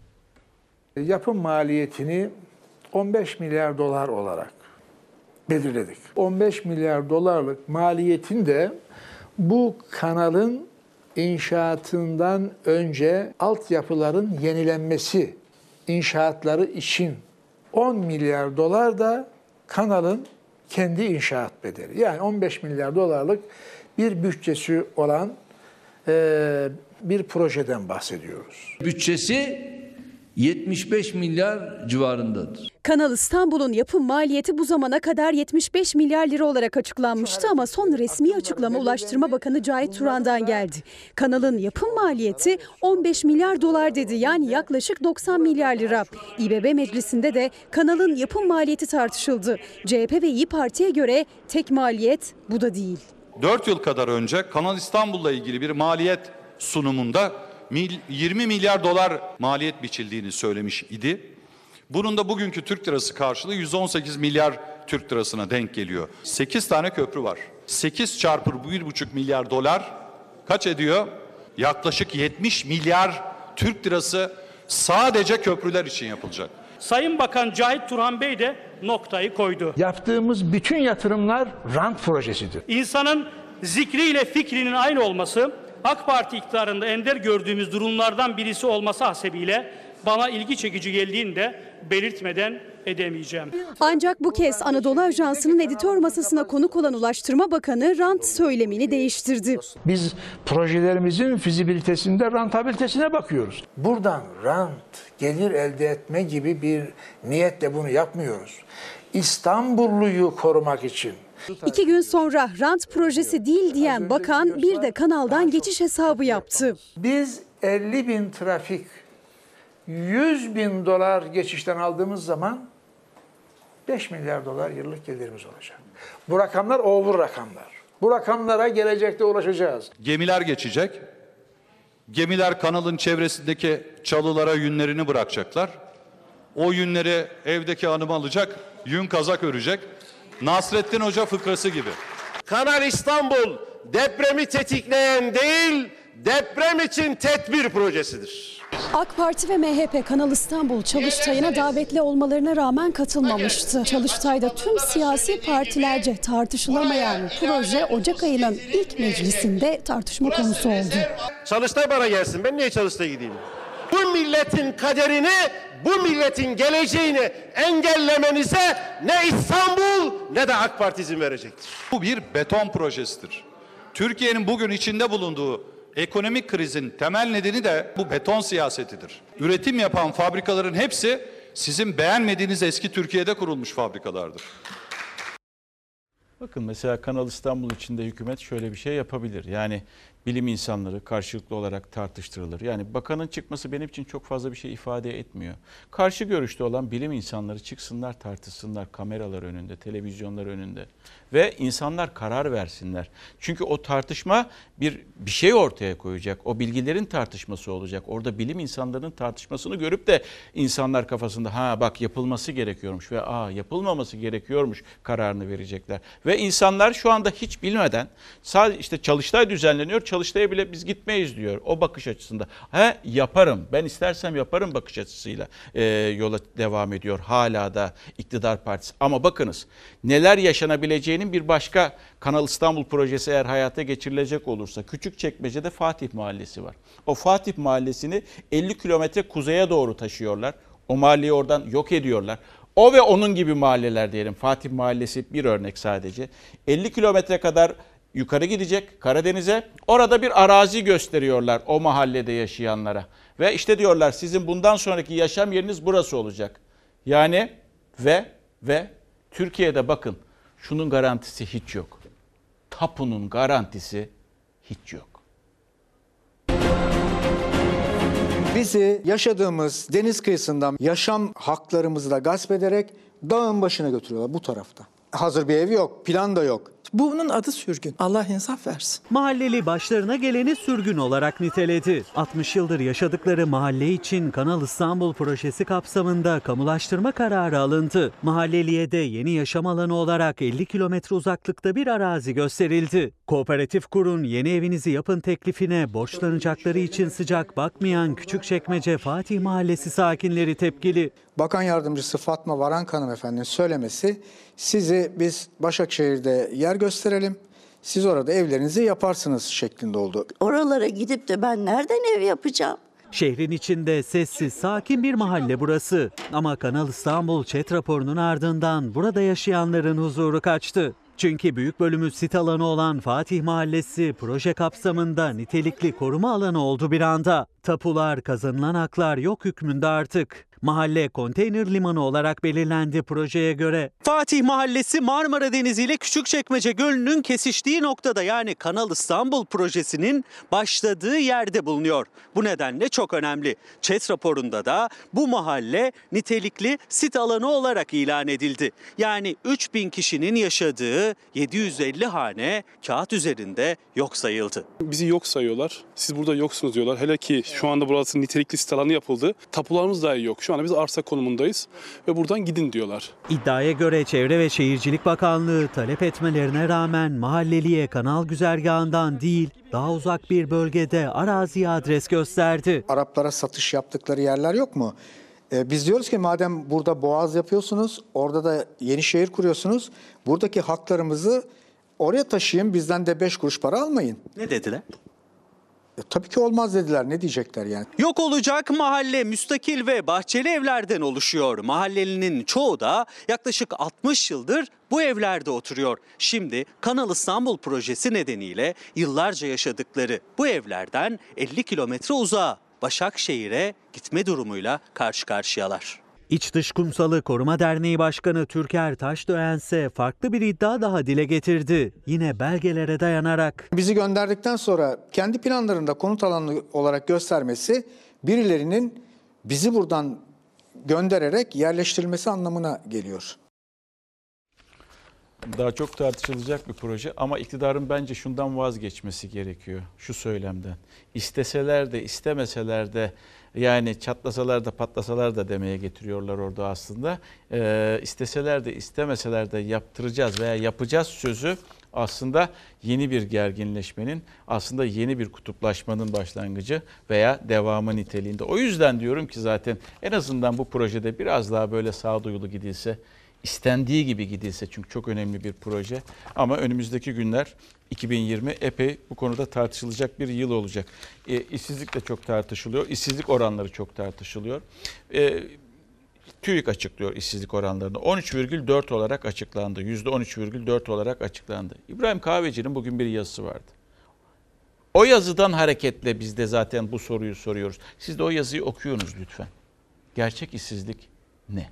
Yapım maliyetini on beş milyar dolar olarak belirledik. on beş milyar dolarlık maliyetin de bu kanalın inşaatından önce altyapıların yenilenmesi inşaatları için, on milyar dolar da kanalın kendi inşaat bedeli. Yani on beş milyar dolarlık bir bütçesi olan e, bir projeden bahsediyoruz. Bütçesi yetmiş beş milyar civarındadır. Kanal İstanbul'un yapım maliyeti bu zamana kadar yetmiş beş milyar lira olarak açıklanmıştı ama son resmi açıklama Ulaştırma Bakanı Cahit Turan'dan geldi. Kanalın yapım maliyeti on beş milyar dolar dedi, yani yaklaşık doksan milyar lira. İBB Meclisi'nde de kanalın yapım maliyeti tartışıldı. C H P ve İYİ Parti'ye göre tek maliyet bu da değil. dört yıl kadar önce Kanal İstanbul'la ilgili bir maliyet sunumunda yirmi milyar dolar maliyet biçildiğini söylemiş idi. Bunun da bugünkü Türk lirası karşılığı yüz on sekiz milyar Türk lirasına denk geliyor. sekiz tane köprü var. sekiz çarpı bir buçuk milyar dolar kaç ediyor? Yaklaşık yetmiş milyar Türk lirası sadece köprüler için yapılacak. Sayın Bakan Cahit Turhan Bey de noktayı koydu. Yaptığımız bütün yatırımlar rant projesidir. İnsanın zikriyle fikrinin aynı olması, AK Parti iktidarında ender gördüğümüz durumlardan birisi olması hasebiyle bana ilgi çekici geldiğini de belirtmeden edemeyeceğim. Ancak bu kez Anadolu Ajansı'nın editör masasına konuk olan Ulaştırma Bakanı rant söylemini değiştirdi. Biz projelerimizin fizibilitesinde rantabilitesine bakıyoruz. Buradan rant, gelir elde etme gibi bir niyetle bunu yapmıyoruz. İstanbulluyu korumak için. İki gün sonra rant projesi değil diyen bakan bir de kanaldan geçiş hesabı yaptı. Biz elli bin trafik, yüz bin dolar geçişten aldığımız zaman beş milyar dolar yıllık gelirimiz olacak. Bu rakamlar over rakamlar. Bu rakamlara gelecekte ulaşacağız. Gemiler geçecek. Gemiler kanalın çevresindeki çalılara yünlerini bırakacaklar. O yünleri evdeki hanım alacak, yün kazak örecek. Nasrettin Hoca fıkrası gibi. Kanal İstanbul depremi tetikleyen değil, deprem için tedbir projesidir. AK Parti ve M H P Kanal İstanbul Çalıştay'ına davetli olmalarına rağmen katılmamıştı. Çalıştay'da tüm siyasi partilerce tartışılamayan proje Ocak ayının ilk meclisinde tartışma konusu oldu. Çalıştay bana gelsin, ben niye Çalıştay'a gideyim? Bu milletin kaderini, bu milletin geleceğini engellemenize ne İstanbul ne de AK Parti izin verecektir. Bu bir beton projesidir. Türkiye'nin bugün içinde bulunduğu ekonomik krizin temel nedeni de bu beton siyasetidir. Üretim yapan fabrikaların hepsi sizin beğenmediğiniz eski Türkiye'de kurulmuş fabrikalardır. Bakın mesela Kanal İstanbul içinde hükümet şöyle bir şey yapabilir. Yani bilim insanları karşılıklı olarak tartıştırılır. Yani bakanın çıkması benim için çok fazla bir şey ifade etmiyor. Karşı görüşte olan bilim insanları çıksınlar, tartışsınlar kameralar önünde, televizyonlar önünde ve insanlar karar versinler. Çünkü o tartışma bir bir şey ortaya koyacak. O bilgilerin tartışması olacak. Orada bilim insanlarının tartışmasını görüp de insanlar kafasında ha bak yapılması gerekiyormuş ve aa yapılmaması gerekiyormuş kararını verecekler. Ve insanlar şu anda hiç bilmeden sadece işte Çalıştay düzenleniyor. Çalıştay'a bile biz gitmeyiz diyor o bakış açısında. He yaparım, ben istersem yaparım bakış açısıyla e, yola devam ediyor hala da iktidar partisi. Ama bakınız neler yaşanabileceğinin bir başka Kanal İstanbul projesi eğer hayata geçirilecek olursa Küçükçekmece'de Fatih Mahallesi var. O Fatih Mahallesi'ni elli kilometre kuzeye doğru taşıyorlar. O mahalleyi oradan yok ediyorlar. O ve onun gibi mahalleler diyelim. Fatih Mahallesi bir örnek sadece. elli kilometre kadar yukarı gidecek Karadeniz'e. Orada bir arazi gösteriyorlar o mahallede yaşayanlara. Ve işte diyorlar sizin bundan sonraki yaşam yeriniz burası olacak. Yani ve ve Türkiye'de bakın şunun garantisi hiç yok. Tapunun garantisi hiç yok. Bizi yaşadığımız deniz kıyısından yaşam haklarımızı da gasp ederek dağın başına götürüyorlar bu tarafta. Hazır bir ev yok, plan da yok. Bunun adı sürgün. Allah insaf versin. Mahalleli başlarına geleni sürgün olarak niteledi. altmış yıldır yaşadıkları mahalle için Kanal İstanbul projesi kapsamında kamulaştırma kararı alındı. Mahalleliye de yeni yaşam alanı olarak elli kilometre uzaklıkta bir arazi gösterildi. Kooperatif kurun yeni evinizi yapın teklifine borçlanacakları için sıcak bakmayan Küçükçekmece Fatih Mahallesi sakinleri tepkili. Bakan Yardımcısı Fatma Varank hanımefendinin söylemesi sizi biz Başakşehir'de yer gösterelim, siz orada evlerinizi yaparsınız şeklinde oldu. Oralara gidip de ben nereden ev yapacağım? Şehrin içinde sessiz, sakin bir mahalle burası. Ama Kanal İstanbul chat raporunun ardından burada yaşayanların huzuru kaçtı. Çünkü büyük bölümü sit alanı olan Fatih Mahallesi proje kapsamında nitelikli koruma alanı oldu bir anda. Tapular, kazanılan haklar yok hükmünde artık. Mahalle konteyner limanı olarak belirlendi projeye göre. Fatih Mahallesi Marmara Denizi ile Küçükçekmece Gölü'nün kesiştiği noktada, yani Kanal İstanbul projesinin başladığı yerde bulunuyor. Bu nedenle çok önemli. ÇED raporunda da bu mahalle nitelikli sit alanı olarak ilan edildi. Yani üç bin kişinin yaşadığı yedi yüz elli hane kağıt üzerinde yok sayıldı. Bizi yok sayıyorlar. Siz burada yoksunuz diyorlar. Hele ki şu anda burası nitelikli sit alanı yapıldı. Tapularımız dahi yok. Şu anda biz arsa konumundayız ve buradan gidin diyorlar. İddiaya göre Çevre ve Şehircilik Bakanlığı talep etmelerine rağmen mahalleliye kanal güzergahından değil daha uzak bir bölgede araziye adres gösterdi. Araplara satış yaptıkları yerler yok mu? Ee, biz diyoruz ki madem burada boğaz yapıyorsunuz, orada da yeni şehir kuruyorsunuz, buradaki haklarımızı oraya taşıyın, bizden de beş kuruş para almayın. Ne dediler? E, tabii ki olmaz dediler. Ne diyecekler yani? Yok olacak mahalle müstakil ve bahçeli evlerden oluşuyor. Mahallelinin çoğu da yaklaşık altmış yıldır bu evlerde oturuyor. Şimdi Kanal İstanbul projesi nedeniyle yıllarca yaşadıkları bu evlerden elli kilometre uzağa Başakşehir'e gitme durumuyla karşı karşıyalar. İç Dış Kumsalı Koruma Derneği Başkanı Türker Taşdöğen ise farklı bir iddia daha dile getirdi. Yine belgelere dayanarak. Bizi gönderdikten sonra kendi planlarında konut alanı olarak göstermesi birilerinin bizi buradan göndererek yerleştirilmesi anlamına geliyor. Daha çok tartışılacak bir proje ama iktidarın bence şundan vazgeçmesi gerekiyor, şu söylemden. İsteseler de istemeseler de, yani çatlasalar da patlasalar da demeye getiriyorlar orada aslında. Ee, isteseler de istemeseler de yaptıracağız veya yapacağız sözü aslında yeni bir gerginleşmenin, aslında yeni bir kutuplaşmanın başlangıcı veya devamı niteliğinde. O yüzden diyorum ki zaten en azından bu projede biraz daha böyle sağduyulu gidilse, istendiği gibi gidilse, çünkü çok önemli bir proje. Ama önümüzdeki günler iki bin yirmi epey bu konuda tartışılacak bir yıl olacak. E, işsizlik de çok tartışılıyor. İşsizlik oranları çok tartışılıyor. E, TÜİK açıklıyor işsizlik oranlarını. on üç virgül dört olarak açıklandı. yüzde on üç virgül dört olarak açıklandı. İbrahim Kahveci'nin bugün bir yazısı vardı. O yazıdan hareketle biz de zaten bu soruyu soruyoruz. Siz de o yazıyı okuyunuz lütfen. Gerçek işsizlik ne?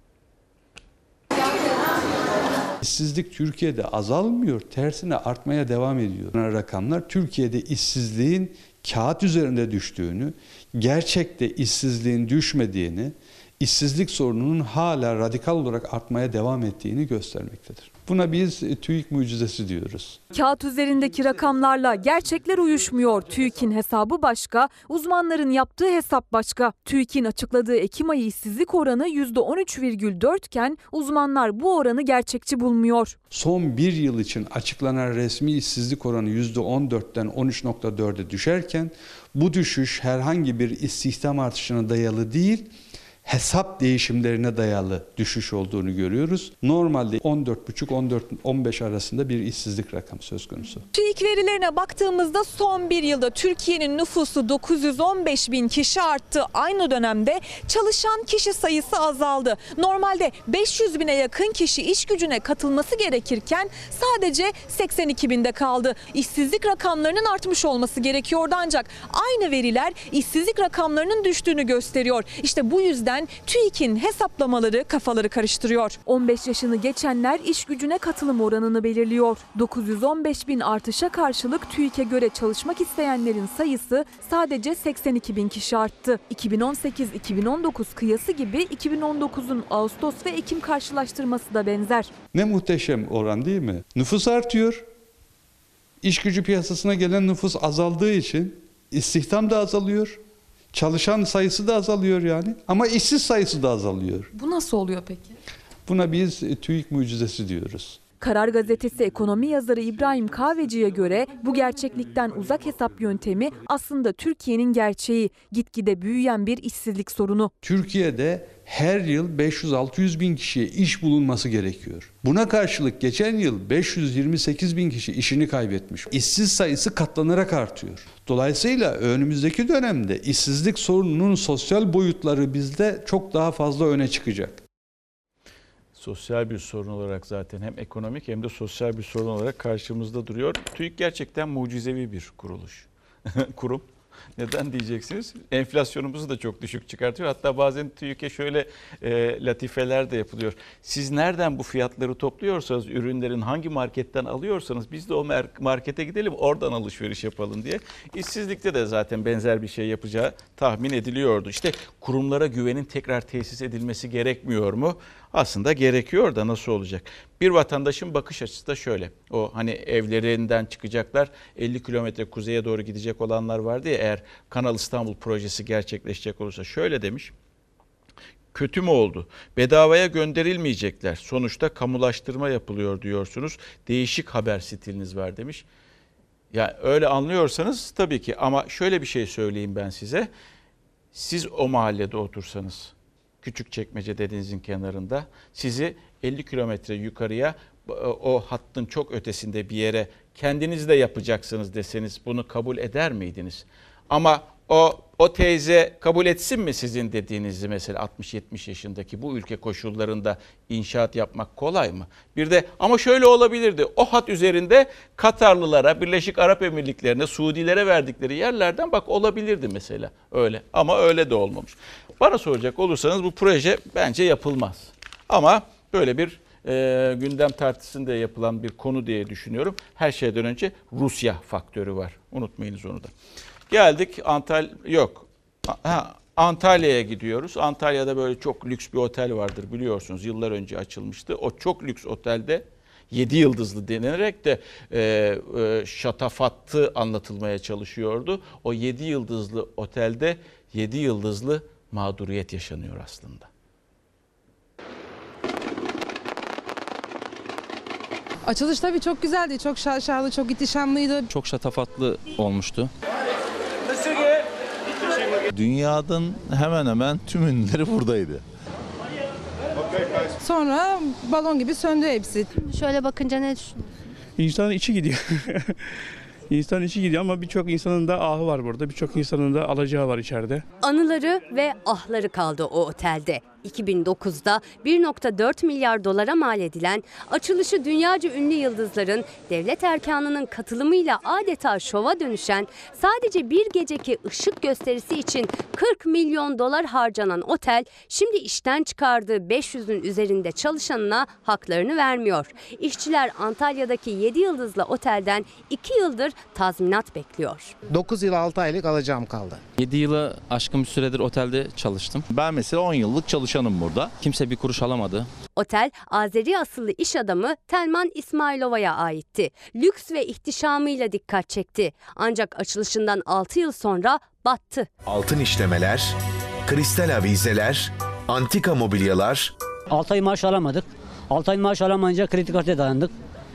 İşsizlik Türkiye'de azalmıyor, tersine artmaya devam ediyor. Rakamlar Türkiye'de işsizliğin kağıt üzerinde düştüğünü, gerçekte işsizliğin düşmediğini, işsizlik sorununun hala radikal olarak artmaya devam ettiğini göstermektedir. Buna biz TÜİK mucizesi diyoruz. Kağıt üzerindeki rakamlarla gerçekler uyuşmuyor. TÜİK'in hesabı başka, uzmanların yaptığı hesap başka. TÜİK'in açıkladığı Ekim ayı işsizlik oranı yüzde on üç virgül dört iken uzmanlar bu oranı gerçekçi bulmuyor. Son bir yıl için açıklanan resmi işsizlik oranı yüzde on dörtten on üç virgül dörde düşerken bu düşüş herhangi bir istihdam artışına dayalı değil, hesap değişimlerine dayalı düşüş olduğunu görüyoruz. Normalde on dört buçuk on dört on beş arasında bir işsizlik rakamı söz konusu. TÜİK verilerine baktığımızda son bir yılda Türkiye'nin nüfusu dokuz yüz on beş bin kişi arttı. Aynı dönemde çalışan kişi sayısı azaldı. Normalde beş yüz bine yakın kişi iş gücüne katılması gerekirken sadece seksen iki binde kaldı. İşsizlik rakamlarının artmış olması gerekiyordu ancak aynı veriler işsizlik rakamlarının düştüğünü gösteriyor. İşte bu yüzden TÜİK'in hesaplamaları kafaları karıştırıyor. on beş yaşını geçenler iş gücüne katılım oranını belirliyor. dokuz yüz on beş bin artışa karşılık TÜİK'e göre çalışmak isteyenlerin sayısı sadece seksen iki bin kişi arttı. iki bin on sekiz iki bin on dokuz kıyası gibi iki bin on dokuzun Ağustos ve Ekim karşılaştırması da benzer. Ne muhteşem oran değil mi? Nüfus artıyor. İş gücü piyasasına gelen nüfus azaldığı için istihdam da azalıyor. Çalışan sayısı da azalıyor yani ama işsiz sayısı da azalıyor. Bu nasıl oluyor peki? Buna biz TÜİK mucizesi diyoruz. Karar Gazetesi ekonomi yazarı İbrahim Kahveci'ye göre bu gerçeklikten uzak hesap yöntemi aslında Türkiye'nin gerçeği, gitgide büyüyen bir işsizlik sorunu. Türkiye'de her yıl beş yüz altı yüz bin kişiye iş bulunması gerekiyor. Buna karşılık geçen yıl beş yüz yirmi sekiz bin kişi işini kaybetmiş. İşsiz sayısı katlanarak artıyor. Dolayısıyla önümüzdeki dönemde işsizlik sorununun sosyal boyutları bizde çok daha fazla öne çıkacak. Sosyal bir sorun olarak zaten hem ekonomik hem de sosyal bir sorun olarak karşımızda duruyor. TÜİK gerçekten mucizevi bir kuruluş, kurum. Neden diyeceksiniz? Enflasyonumuzu da çok düşük çıkartıyor. Hatta bazen TÜİK'e şöyle e, latifeler de yapılıyor. Siz nereden bu fiyatları topluyorsanız, ürünlerin hangi marketten alıyorsanız biz de o markete gidelim oradan alışveriş yapalım diye. İşsizlikte de zaten benzer bir şey yapacağı tahmin ediliyordu. İşte kurumlara güvenin tekrar tesis edilmesi gerekmiyor mu? Aslında gerekiyor da nasıl olacak? Bir vatandaşın bakış açısı da şöyle. O hani evlerinden çıkacaklar, elli kilometre kuzeye doğru gidecek olanlar vardı ya, eğer Kanal İstanbul projesi gerçekleşecek olursa şöyle demiş. Kötü mü oldu? Bedavaya gönderilmeyecekler. Sonuçta kamulaştırma yapılıyor diyorsunuz. Değişik haber stiliniz var demiş. Ya öyle anlıyorsanız tabii ki, ama şöyle bir şey söyleyeyim ben size. Siz o mahallede otursanız, Küçükçekmece denizin kenarında, sizi elli kilometre yukarıya, o hattın çok ötesinde bir yere kendiniz de yapacaksınız deseniz bunu kabul eder miydiniz? Ama o o teyze kabul etsin mi sizin dediğinizi? Mesela altmış yetmiş yaşındaki, bu ülke koşullarında inşaat yapmak kolay mı? Bir de ama şöyle olabilirdi. O hat üzerinde Katarlılara, Birleşik Arap Emirlikleri'ne, Suudilere verdikleri yerlerden bak olabilirdi mesela öyle. Ama öyle de olmamış. Bana soracak olursanız bu proje bence yapılmaz. Ama böyle bir e, gündem tartısında yapılan bir konu diye düşünüyorum. Her şeyden önce Rusya faktörü var. Unutmayınız onu da. Geldik Antalya, yok ha, Antalya'ya gidiyoruz. Antalya'da böyle çok lüks bir otel vardır biliyorsunuz. Yıllar önce açılmıştı. O çok lüks otelde yedi yıldızlı denilerek de e, e, şatafatlı anlatılmaya çalışıyordu. O yedi yıldızlı otelde yedi yıldızlı mağduriyet yaşanıyor aslında. Açılış tabii çok güzeldi, çok şaşalı, çok ihtişamlıydı. Çok şatafatlı olmuştu. Dünyanın hemen hemen tüm ünlüleri buradaydı. Sonra balon gibi söndü hepsi. Şöyle bakınca ne düşünüyorsun? İnsanın içi gidiyor. İnsanın içi gidiyor ama birçok insanın da ahı var burada. Birçok insanın da alacağı var içeride. Anıları ve ahları kaldı o otelde. iki bin dokuzda bir nokta dört milyar dolara mal edilen, açılışı dünyaca ünlü yıldızların, devlet erkanının katılımıyla adeta şova dönüşen, sadece bir geceki ışık gösterisi için kırk milyon dolar harcanan otel, şimdi işten çıkardığı beş yüzün üzerinde çalışanına haklarını vermiyor. İşçiler Antalya'daki yedi yıldızlı otelden iki yıldır tazminat bekliyor. dokuz yıl altı aylık alacağım kaldı. yedi yılı aşkın bir süredir otelde çalıştım. Ben mesela on yıllık çalışanım burada. Kimse bir kuruş alamadı. Otel, Azeri asıllı iş adamı Telman İsmailova'ya aitti. Lüks ve ihtişamıyla dikkat çekti. Ancak açılışından altı yıl sonra battı. Altın işlemeler, kristal avizeler, antika mobilyalar. altı ay maaş alamadık. altı ay maaş alamayınca kredi kartına dayandık.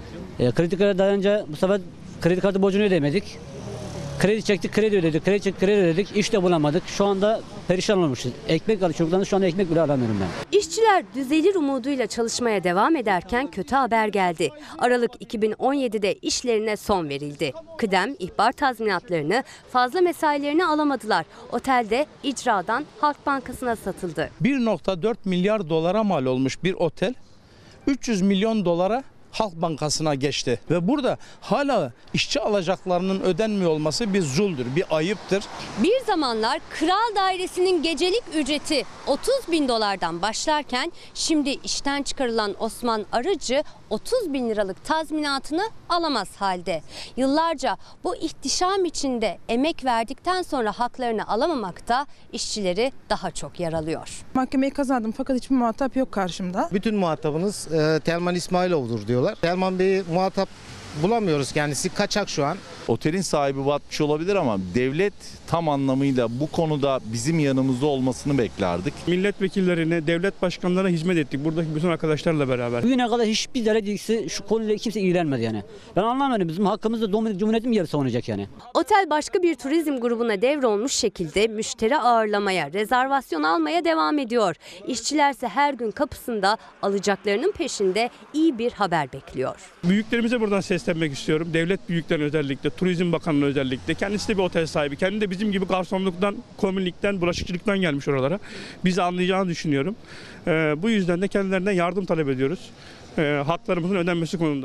E, kredi kartına dayanınca bu sefer kredi kartı borcunu ödemedik. Kredi çektik, kredi ödedik, kredi çektik, kredi ödedik. İş de bulamadık. Şu anda perişan olmuşuz. Ekmek aldık çocuklardan, şu anda ekmek bile alamıyorum ben. İşçiler düzelir umuduyla çalışmaya devam ederken kötü haber geldi. Aralık iki bin on yedide işlerine son verildi. Kıdem, ihbar tazminatlarını, fazla mesailerini alamadılar. Otelde icradan Halk Bankası'na satıldı. bir nokta dört milyar dolara mal olmuş bir otel üç yüz milyon dolara Halk Bankası'na geçti ve burada hala işçi alacaklarının ödenmiyor olması bir zulmdür, bir ayıptır. Bir zamanlar Kral Dairesi'nin gecelik ücreti otuz bin dolardan başlarken şimdi işten çıkarılan Osman Arıcı otuz bin liralık tazminatını alamaz halde. Yıllarca bu ihtişam içinde emek verdikten sonra haklarını alamamak da işçileri daha çok yaralıyor. Mahkemeyi kazandım fakat hiçbir muhatap yok karşımda. Bütün muhatabınız e, Telman İsmailov'dur diyorlar. Telman Bey'i muhatap bulamıyoruz, kendisi kaçak şu an. Otelin sahibi batmış olabilir ama devlet tam anlamıyla bu konuda bizim yanımızda olmasını beklerdik. Milletvekillerine, devlet başkanlarına hizmet ettik. Buradaki bütün arkadaşlarla beraber. Bugüne kadar hiçbir devlet şu konuyla kimse ilgilenmedi yani. Ben anlamadım, bizim hakkımızda Dominik Cumhuriyeti mi yarı savunacak yani? Otel başka bir turizm grubuna devrolmuş şekilde müşteri ağırlamaya, rezervasyon almaya devam ediyor. İşçilerse her gün kapısında alacaklarının peşinde iyi bir haber bekliyor. Büyüklerimize buradan seslenmek istiyorum. Devlet büyüklerine özellikle, Turizm Bakanı'na özellikle. Kendisi de bir otel sahibi. Kendi de bizim gibi garsonluktan, komünlikten, bulaşıkçılıktan gelmiş oralara. Bizi anlayacağını düşünüyorum. Ee, bu yüzden de kendilerinden yardım talep ediyoruz. Ee, haklarımızın ödenmesi konusunda.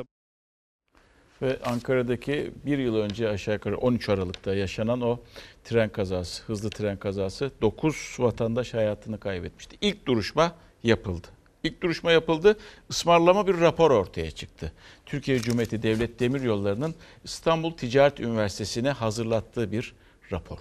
Ve Ankara'daki bir yıl önce aşağı yukarı on üç Aralık'ta yaşanan o tren kazası, hızlı tren kazası dokuz vatandaş hayatını kaybetmişti. İlk duruşma yapıldı. İlk duruşma yapıldı. Ismarlama bir rapor ortaya çıktı. Türkiye Cumhuriyeti Devlet Demiryolları'nın İstanbul Ticaret Üniversitesi'ne hazırlattığı bir rapor.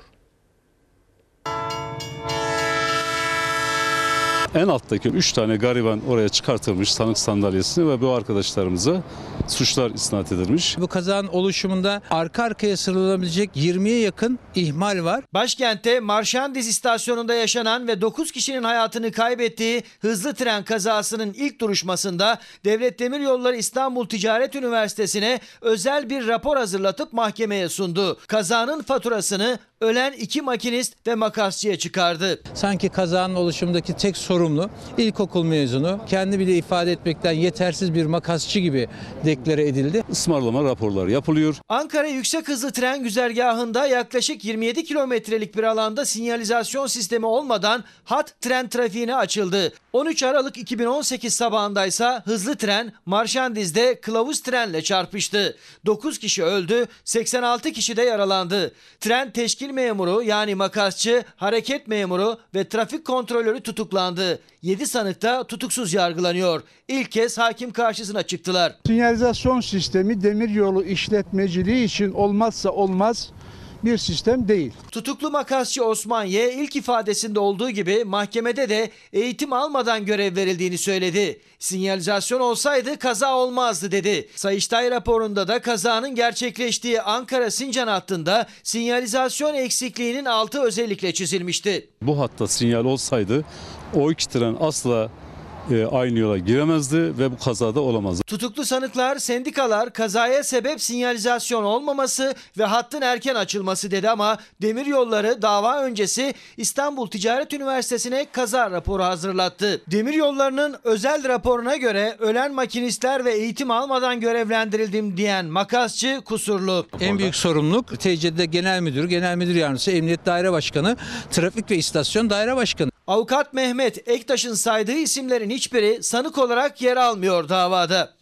En alttaki üç tane gariban oraya çıkartılmış sanık sandalyesine ve bu arkadaşlarımıza suçlar isnat edilmiş. Bu kazanın oluşumunda arka arkaya sıralanabilecek yirmiye yakın ihmal var. Başkentte Marşandiz istasyonunda yaşanan ve dokuz kişinin hayatını kaybettiği hızlı tren kazasının ilk duruşmasında Devlet Demiryolları İstanbul Ticaret Üniversitesi'ne özel bir rapor hazırlatıp mahkemeye sundu. Kazanın faturasını ölen iki makinist ve makasçıya çıkardı. Sanki kazanın oluşumundaki tek sorumlu ilkokul mezunu, kendi bile ifade etmekten yetersiz bir makasçı gibi deklare edildi. Ismarlama raporları yapılıyor. Ankara yüksek hızlı tren güzergahında yaklaşık yirmi yedi kilometrelik bir alanda sinyalizasyon sistemi olmadan hat tren trafiğine açıldı. on üç Aralık iki bin on sekiz sabahındaysa hızlı tren Marşandiz'de kılavuz trenle çarpıştı. dokuz kişi öldü, seksen altı kişi de yaralandı. Tren teşkil memuru yani makasçı, hareket memuru ve trafik kontrolörü tutuklandı. yedi sanık da tutuksuz yargılanıyor. İlk kez hakim karşısına çıktılar. Sinyalizasyon sistemi demiryolu işletmeciliği için olmazsa olmaz bir sistem değil. Tutuklu makasçı Osman Y. ilk ifadesinde olduğu gibi mahkemede de eğitim almadan görev verildiğini söyledi. Sinyalizasyon olsaydı kaza olmazdı dedi. Sayıştay raporunda da kazanın gerçekleştiği Ankara-Sincan hattında sinyalizasyon eksikliğinin altı özellikle çizilmişti. Bu hatta sinyal olsaydı o iki tren asla E, aynı yola giremezdi ve bu kazada olamazdı. Tutuklu sanıklar, sendikalar kazaya sebep sinyalizasyon olmaması ve hattın erken açılması dedi ama Demiryolları dava öncesi İstanbul Ticaret Üniversitesi'ne kaza raporu hazırlattı. Demiryolları'nın özel raporuna göre ölen makinistler ve eğitim almadan görevlendirildim diyen makasçı kusurlu. En büyük sorumluluk T C D'de Genel Müdür, Genel Müdür Yardımcısı, Emniyet Daire Başkanı, Trafik ve İstasyon Daire Başkanı. Avukat Mehmet Ektaş'ın saydığı isimlerin hiçbiri sanık olarak yer almıyor davada.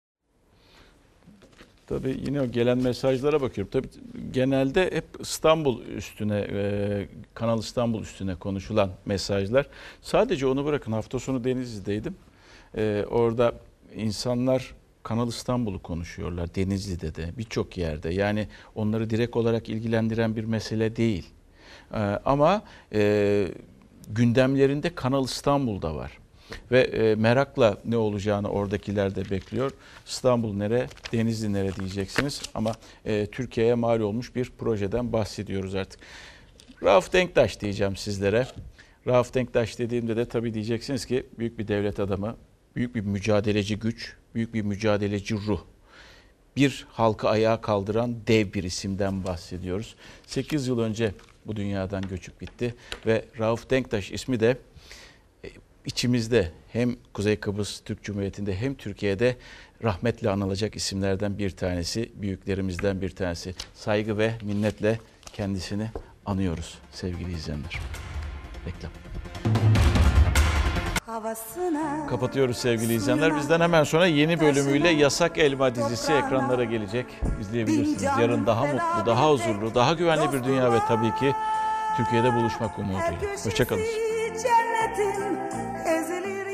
Tabii yine o gelen mesajlara bakıyorum. Tabii genelde hep İstanbul üstüne, e, Kanal İstanbul üstüne konuşulan mesajlar. Sadece onu bırakın, hafta sonu Denizli'deydim. E, orada insanlar Kanal İstanbul'u konuşuyorlar. Denizli'de de, birçok yerde. Yani onları direkt olarak ilgilendiren bir mesele değil. E, ama e, gündemlerinde Kanal İstanbul'da var. Ve e, merakla ne olacağını oradakiler de bekliyor. İstanbul nere, Denizli nere diyeceksiniz. Ama e, Türkiye'ye mal olmuş bir projeden bahsediyoruz artık. Rauf Denktaş diyeceğim sizlere. Rauf Denktaş dediğimde de tabii diyeceksiniz ki büyük bir devlet adamı, büyük bir mücadeleci güç, büyük bir mücadeleci ruh. Bir halkı ayağa kaldıran dev bir isimden bahsediyoruz. sekiz yıl önce bu dünyadan göçüp gitti ve Rauf Denktaş ismi de İçimizde hem Kuzey Kıbrıs Türk Cumhuriyeti'nde hem Türkiye'de rahmetle anılacak isimlerden bir tanesi, büyüklerimizden bir tanesi. Saygı ve minnetle kendisini anıyoruz sevgili izleyenler. Reklam. Kapatıyoruz sevgili izleyenler. Bizden hemen sonra yeni bölümüyle Yasak Elma dizisi ekranlara gelecek. İzleyebilirsiniz. Yarın daha mutlu, daha huzurlu, daha güvenli bir dünya ve tabii ki Türkiye'de buluşmak umuduyla. Hoşça kalın. Cennetin ezilir